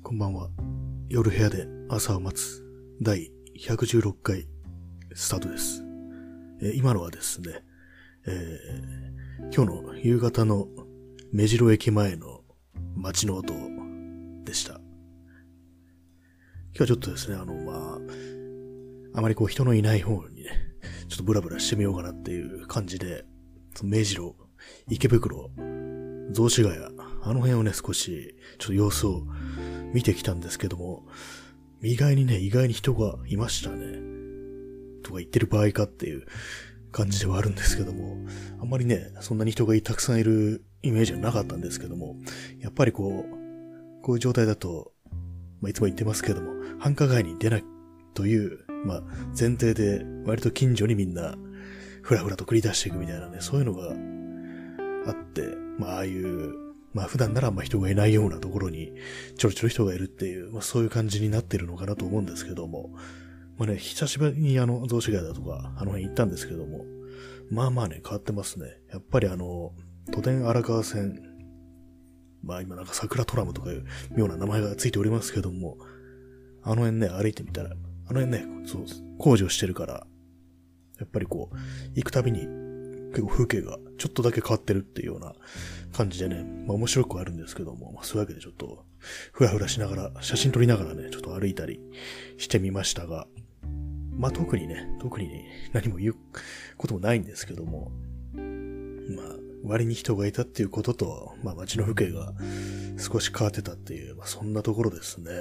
こんばんは。夜部屋で朝を待つ第116回スタートです。今のはですね、今日の夕方の目白駅前の街の音でした。今日はちょっとですね、あまり人のいない方にね、ちょっとブラブラしてみようかなっていう感じで、目白、池袋、雑司ヶ谷、あの辺をね、少しちょっと様子を見てきたんですけども、意外に人がいましたね。とか言ってる場合かっていう感じではあるんですけども、あんまりね、そんなに人がたくさんいるイメージはなかったんですけども、やっぱりこういう状態だと、いつも言ってますけども、繁華街に出ないという、前提で割と近所にみんなふらふらと繰り出していくみたいなね、そういうのがあって、ああいう普段なら人がいないようなところにちょろちょろ人がいるっていう、そういう感じになってるのかなと思うんですけども、久しぶりに雑司ヶ谷だとかあの辺行ったんですけども、変わってますね。やっぱり都電荒川線、今なんか桜トラムとかいう妙な名前がついておりますけども、あの辺ね、歩いてみたら、あの辺ね、工事をしてるから、やっぱり行くたびに結構風景がちょっとだけ変わってるっていうような感じでね、面白くはあるんですけども、そういうわけでちょっとふらふらしながら、写真撮りながらね、ちょっと歩いたりしてみましたが、特に何も言うこともないんですけども、割に人がいたっていうことと、街の風景が少し変わってたっていう、そんなところですね。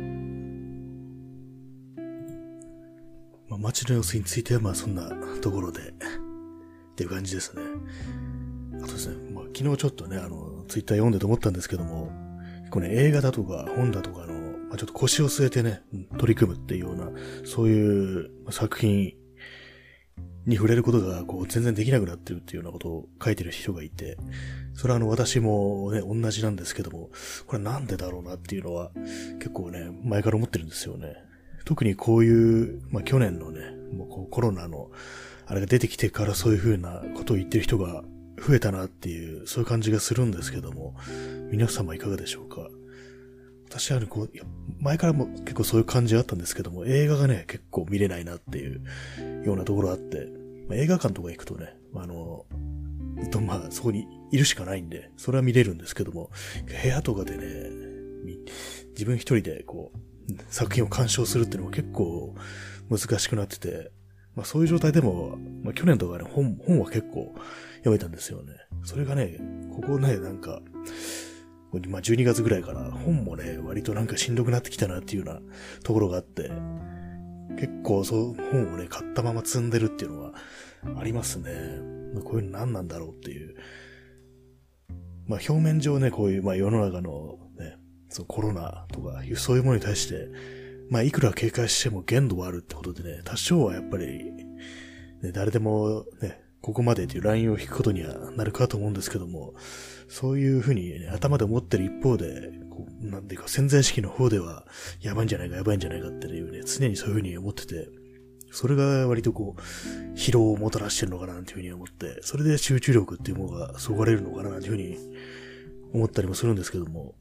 街の様子についてはそんなところでっていう感じですね。あとですね、昨日ちょっとね、ツイッター読んでて思ったんですけども、結構ね、映画だとか本だとかちょっと腰を据えてね、取り組むっていうような、そういう作品に触れることが全然できなくなってるっていうようなことを書いてる人がいて、それは私もね、同じなんですけども、これなんでだろうなっていうのは結構ね、前から思ってるんですよね。特にこういう、去年のね、もうコロナのあれが出てきてからそういう風なことを言ってる人が増えたなっていう、そういう感じがするんですけども、皆様いかがでしょうか。私は前からも結構そういう感じがあったんですけども、映画がね、結構見れないなっていうようなところあって、映画館とか行くとね、そこにいるしかないんで、それは見れるんですけども、部屋とかでね、自分一人で作品を鑑賞するっていうのも結構難しくなってて、そういう状態でも、去年とかね、本は結構読めたんですよね。それがね、ここね、12月ぐらいから本もね、割としんどくなってきたなっていうようなところがあって、結構本をね、買ったまま積んでるっていうのはありますね。こういうの何なんだろうっていう。表面上ね、こういう、世の中のね、コロナとかそういうものに対して、いくら警戒しても限度はあるってことでね、多少はやっぱり、ね、誰でもね、ここまでというラインを引くことにはなるかと思うんですけども、そういうふうに、ね、頭で思ってる一方で、なんていうか潜在意識の方では、やばいんじゃないかっていうね、常にそういうふうに思ってて、それが割と疲労をもたらしてるのかなっていうふうに思って、それで集中力っていうものがそがれるのかなっていうふうに思ったりもするんですけども、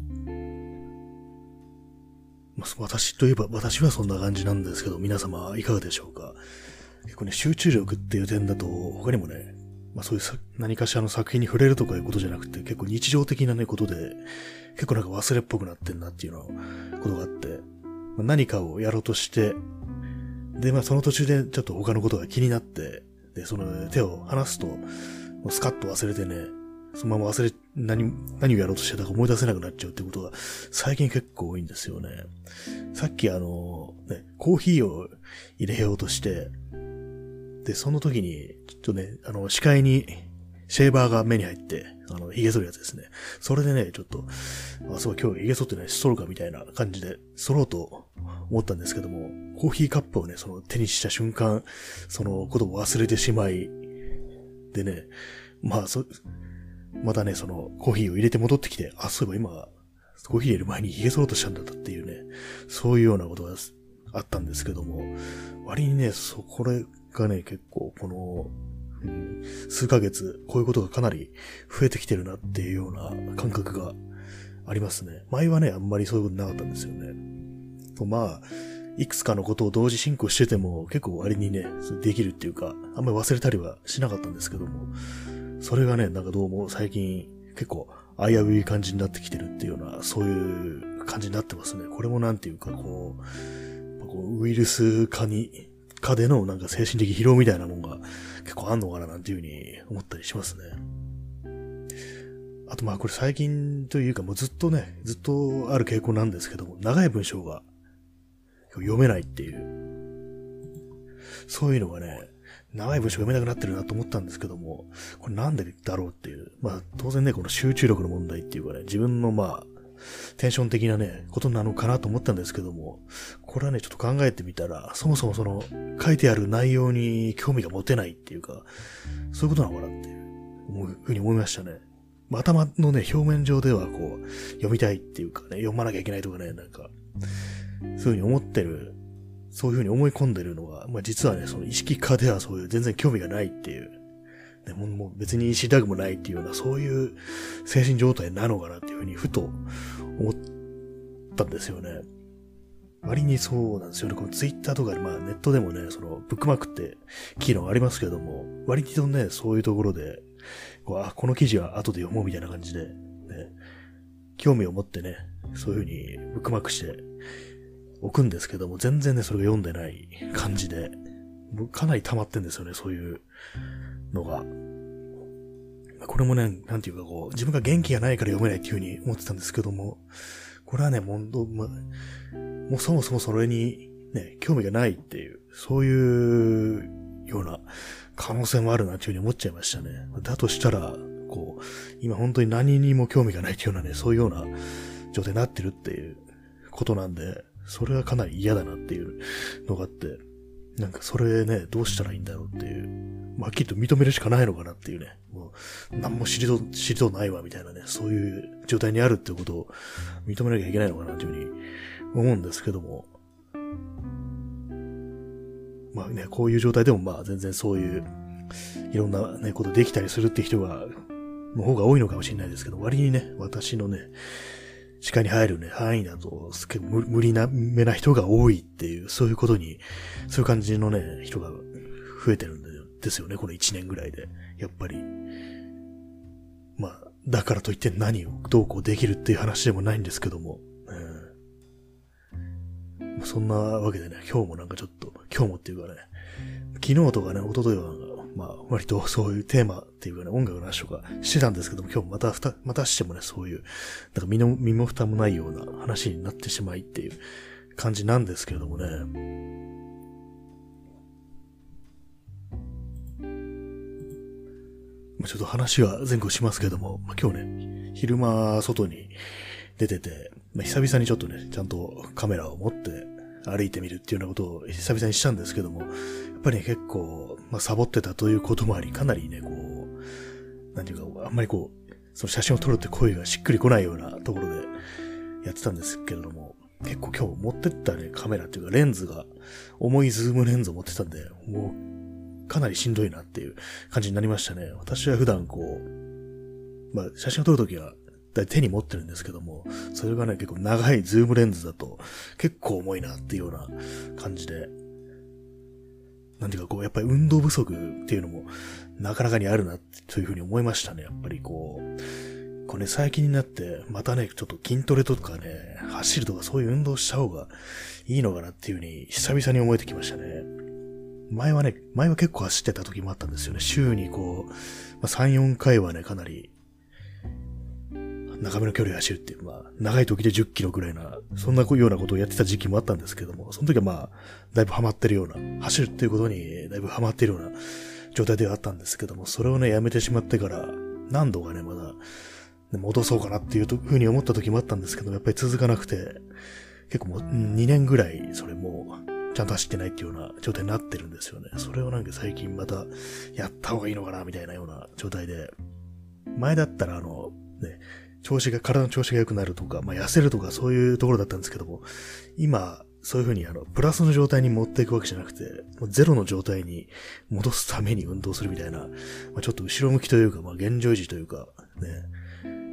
私といえば、私はそんな感じなんですけど、皆様いかがでしょうか。結構ね、集中力っていう点だと、他にもね、そういう何かしらの作品に触れるとかいうことじゃなくて、結構日常的なね、ことで、結構忘れっぽくなってんなっていうようなことがあって、何かをやろうとして、で、その途中でちょっと他のことが気になって、で、その手を離すと、スカッと忘れてね、そのまま何をやろうとしてたか思い出せなくなっちゃうってことが最近結構多いんですよね。さっきコーヒーを入れようとして、で、その時に、ちょっとね、視界にシェーバーが目に入って、髭剃るやつですね。それでね、ちょっと、そう、今日髭剃ってないし、剃るかみたいな感じで、剃ろうと思ったんですけども、コーヒーカップをね、手にした瞬間、そのことを忘れてしまい、でね、またね、コーヒーを入れて戻ってきて、そういえば今、コーヒー入れる前に髭剃ろうとしたんだったっていうね、そういうようなことがあったんですけども、割にね、これがね、結構、数ヶ月、こういうことがかなり増えてきてるなっていうような感覚がありますね。前はね、あんまりそういうことなかったんですよね。まあ、いくつかのことを同時進行してても結構割にね、できるっていうか、あんまり忘れたりはしなかったんですけども、それがね、なんかどうも最近結構危うい感じになってきてるっていうような、そういう感じになってますね。これもなんていうかこうウイルス化でのなんか精神的疲労みたいなもんが結構あんのかななんていうふうに思ったりしますね。あとまあこれ最近というかもうずっとある傾向なんですけども、長い文章が読めないっていう。そういうのがね、長い文章読めなくなってるなと思ったんですけども、これなんでだろうっていう。まあ当然ね、この集中力の問題っていうかね、自分のまあ、テンション的なね、ことなのかなと思ったんですけども、これはね、ちょっと考えてみたら、そもそもその、書いてある内容に興味が持てないっていうか、そういうことなのかなっていうふうに思いましたね。頭のね、表面上ではこう、読みたいっていうかね、読まなきゃいけないとかね、なんか、そういうふうに思ってる、そういうふうに思い込んでるのが、まあ実はね、その意識化ではそういう全然興味がないっていう、ね、もう別に知りたくもないっていうような、そういう精神状態なのかなっていうふうにふと思ったんですよね。割にそうなんですよね。このツイッターとかで、まあネットでもね、そのブックマークって機能ありますけども、割とね、そういうところで、この記事は後で読もうみたいな感じで、ね、興味を持ってね、そういうふうにブックマークして置くんですけども、全然ね、それが読んでない感じで、かなり溜まってんですよね、そういうのが。これもね、なんていうかこう、自分が元気がないから読めないっていうふうに思ってたんですけども、これはね、もうそもそもそれにね、興味がないっていう、そういうような可能性もあるなっていうふうに思っちゃいましたね。だとしたら、こう、今本当に何にも興味がないっていうようなね、そういうような状態になってるっていうことなんで、それはかなり嫌だなっていうのがあって、なんかそれね、どうしたらいいんだろうっていう、はっきりと認めるしかないのかなっていうね、もう、何も知りとうないわみたいなね、そういう状態にあるっていうことを認めなきゃいけないのかなというふうに思うんですけども、まあね、こういう状態でもまあ全然そういう、いろんなね、ことできたりするって人の方が多いのかもしれないですけど、割にね、私のね、視界に入るね、範囲だと、結構無理なめな人が多いっていう、そういうことに、そういう感じのね、人が増えてるんですよね、この1年ぐらいで。やっぱり。まあ、だからといって何をどうこうできるっていう話でもないんですけども。そんなわけでね、今日もなんかちょっと、今日もっていうかね、昨日とかね、一昨日はまあ、割とそういうテーマっていうかね、音楽の話とかしてたんですけども、今日またしてもね、そういう、なんか身も蓋もないような話になってしまいっていう感じなんですけれどもね。ちょっと話は前後しますけども、今日ね、昼間外に出てて、久々にちょっとね、ちゃんとカメラを持って歩いてみるっていうようなことを久々にしたんですけども、やっぱりね、結構、サボってたということもあり、かなりね、こう、なんていうか、あんまりこう、その写真を撮るって声がしっくりこないようなところでやってたんですけれども、結構今日持ってったね、カメラっていうかレンズが、重いズームレンズを持ってたんで、もう、かなりしんどいなっていう感じになりましたね。私は普段こう、写真を撮るときは、手に持ってるんですけども、それがね、結構長いズームレンズだと、結構重いなっていうような感じで、なんていうかこう、やっぱり運動不足っていうのも、なかなかにあるな、というふうに思いましたね。やっぱりこうね、最近になって、またね、ちょっと筋トレとかね、走るとかそういう運動した方がいいのかなっていうふうに、久々に思えてきましたね。前は結構走ってた時もあったんですよね。週にこう、3、4回はね、かなり、長めの距離を走るっていう、長い時で10キロぐらいな、そんなようなことをやってた時期もあったんですけども、その時はだいぶハマってるような、走るっていうことにだいぶハマってるような状態ではあったんですけども、それをね、やめてしまってから、何度かね、まだ、戻そうかなっていうふうに思った時もあったんですけども、やっぱり続かなくて、結構もう2年ぐらい、それもちゃんと走ってないっていうような状態になってるんですよね。それをなんか最近また、やった方がいいのかな、みたいなような状態で、前だったらね、体の調子が良くなるとか、痩せるとかそういうところだったんですけども、今、そういうふうにプラスの状態に持っていくわけじゃなくて、もうゼロの状態に戻すために運動するみたいな、ちょっと後ろ向きというか、現状維持というか、ね、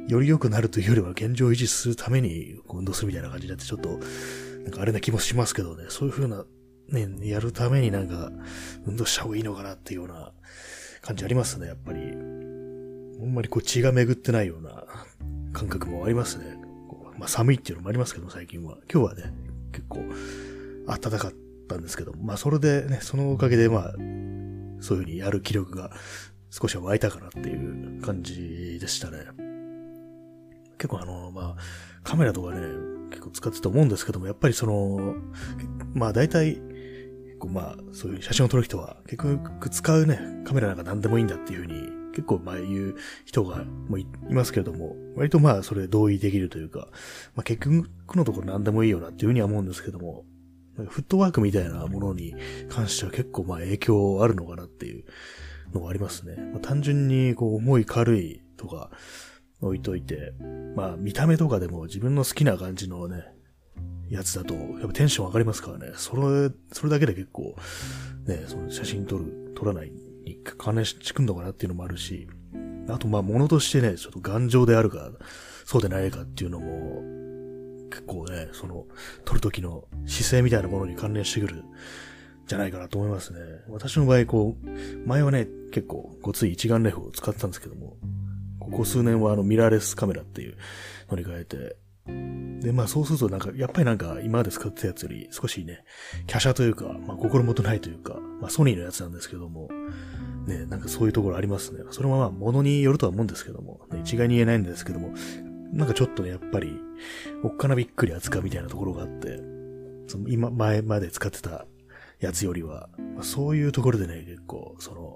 より良くなるというよりは現状を維持するために運動するみたいな感じになってちょっと、なんかあれな気もしますけどね、そういう風な、ね、やるためになんか、運動した方がいいのかなっていうような感じありますね、やっぱり。あんまりこう血が巡ってないような感覚もありますね。まあ寒いっていうのもありますけど、最近は。今日はね、結構暖かかったんですけど、まあそれでね、そのおかげでまあ、そういう風にやる気力が少しは湧いたかなっていう感じでしたね。結構まあ、カメラとかね、結構使ってたと思うんですけども、やっぱりまあ大体、まあ、そういう写真を撮る人は、結局使うね、カメラなんか何でもいいんだっていう風に、結構まあ言う人がもういますけれども、割とまあそれ同意できるというか、まあ結局のところ何でもいいよなっていう風には思うんですけども、フットワークみたいなものに関しては結構まあ影響あるのかなっていうのがありますね。まあ、単純にこう重い軽いとか置いといて、まあ見た目とかでも自分の好きな感じのね、やつだと、やっぱテンション上がりますからね。それだけで結構、ね、その写真撮らないに関連してくんのかなっていうのもあるし、あとまあ物としてね、ちょっと頑丈であるか、そうでないかっていうのも、結構ね、撮る時の姿勢みたいなものに関連してくる、じゃないかなと思いますね。私の場合、前はね、結構ごつい一眼レフを使ってたんですけども、ここ数年はミラーレスカメラっていうのに変えて、で、まあそうするとやっぱり今まで使ってたやつより少しね、華奢というか、まあ心もとないというか、まあソニーのやつなんですけども、ね、そういうところありますね。それはまあ物によるとは思うんですけども、ね、一概に言えないんですけども、ちょっとね、やっぱり、おっかなびっくり扱うみたいなところがあって、前まで使ってたやつよりは、まあ、そういうところでね、結構、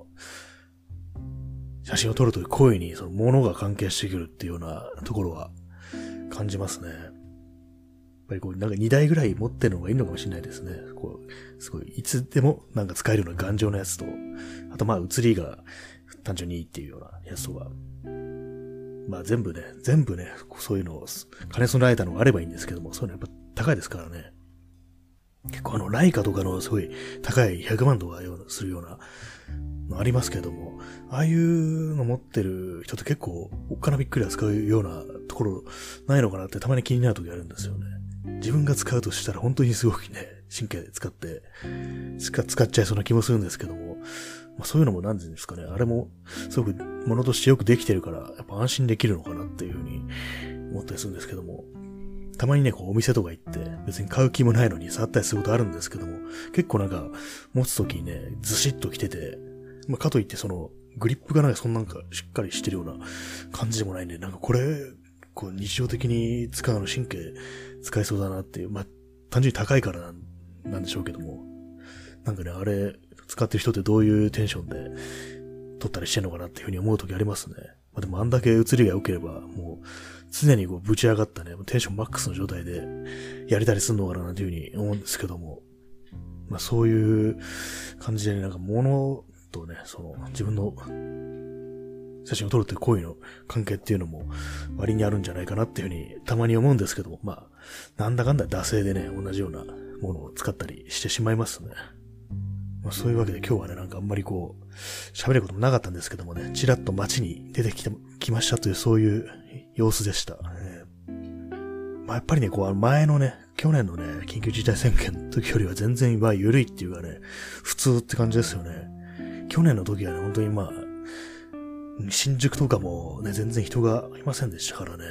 写真を撮るとき声に物が関係してくるっていうようなところは感じますね。やっぱり2台ぐらい持ってるのがいいのかもしれないですね。すごい、いつでも使えるような頑丈なやつと、あとまあ写りが単純にいいっていうようなやつとか、まあ全部ね、そういうのを兼ね備えたのがあればいいんですけども、そういうのやっぱ高いですからね。結構ライカとかのすごい高い100万とかするようなのありますけども、ああいうの持ってる人って結構おっかなびっくり扱うようなところないのかなってたまに気になる時あるんですよね。自分が使うとしたら本当にすごくね、神経で使っちゃいそうな気もするんですけども、まあ、そういうのも何て言うんですかね、あれもすごく物としてよくできてるから、やっぱ安心できるのかなっていうふうに思ったりするんですけども、たまにね、お店とか行って、別に買う気もないのに触ったりすることあるんですけども、結構持つときにね、ずしっと来てて、まあ、かといってグリップがそんしっかりしてるような感じでもないんで、これ、日常的に使うの神経使いそうだなっていう、まあ、単純に高いからなんでしょうけども、ね、あれ、使ってる人ってどういうテンションで撮ったりしてんのかなっていうふうに思うときありますね。まあ、でもあんだけ写りが良ければ、もう、常にぶち上がったね、テンションマックスの状態でやれたりするのかななんていうふうに思うんですけども、まあそういう感じでね、物とね、自分の写真を撮るという行為の関係っていうのも割にあるんじゃないかなっていうふうにたまに思うんですけども、まあ、なんだかんだ惰性でね、同じようなものを使ったりしてしまいますね。まあそういうわけで今日はね、あんまり喋ることもなかったんですけどもね、ちらっと街に出てきましたというそういう様子でした。まあやっぱりね、前のね、去年のね、緊急事態宣言の時よりは全然緩いっていうかね、普通って感じですよね。去年の時はね、本当にまあ、新宿とかもね、全然人がいませんでしたからね。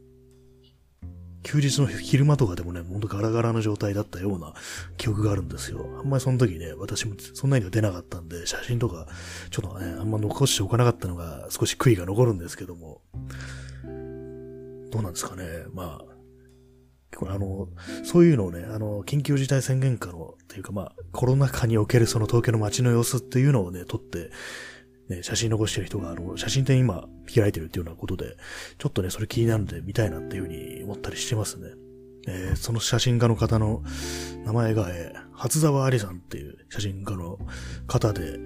休日の昼間とかでもね、ほんとガラガラの状態だったような記憶があるんですよ。あんまりその時ね、私もそんなには出なかったんで、写真とか、ちょっとね、あんま残しておかなかったのが少し悔いが残るんですけども。どうなんですかね。まあ、そういうのをね、緊急事態宣言下の、っていうかまあ、コロナ禍における東京の街の様子っていうのをね、撮って、ね、写真残してる人が、写真展今開いてるっていうようなことで、ちょっとね、それ気になるんで見たいなっていうふうに思ったりしてますね。その写真家の方の名前が、初沢ありさんっていう写真家の方で、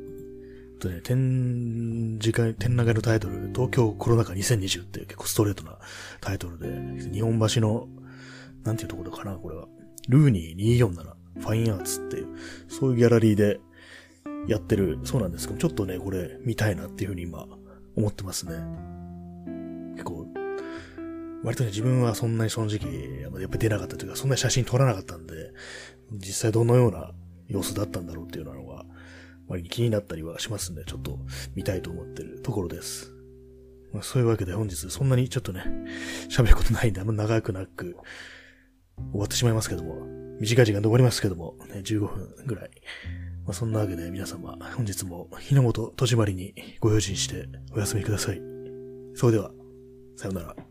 展覧会のタイトル、東京コロナ禍2020っていう結構ストレートなタイトルで、日本橋の、なんていうところかな、これは。ルーニー247、ファインアーツっていう、そういうギャラリーでやってる、そうなんですけど、ちょっとね、これ見たいなっていうふうに今思ってますね。結構割とね、自分はそんなにその時期、やっぱり出なかったというか、そんなに写真撮らなかったんで、実際どのような様子だったんだろうっていうのが、割に気になったりはしますんで、ちょっと見たいと思ってるところです。そういうわけで本日そんなにちょっとね、喋ることないんで、あんま長くなく終わってしまいますけども、短い時間で終わりますけども、ね、15分ぐらい。そんなわけで皆様、本日も日の本戸締まりにご用心してお休みください。それでは、さようなら。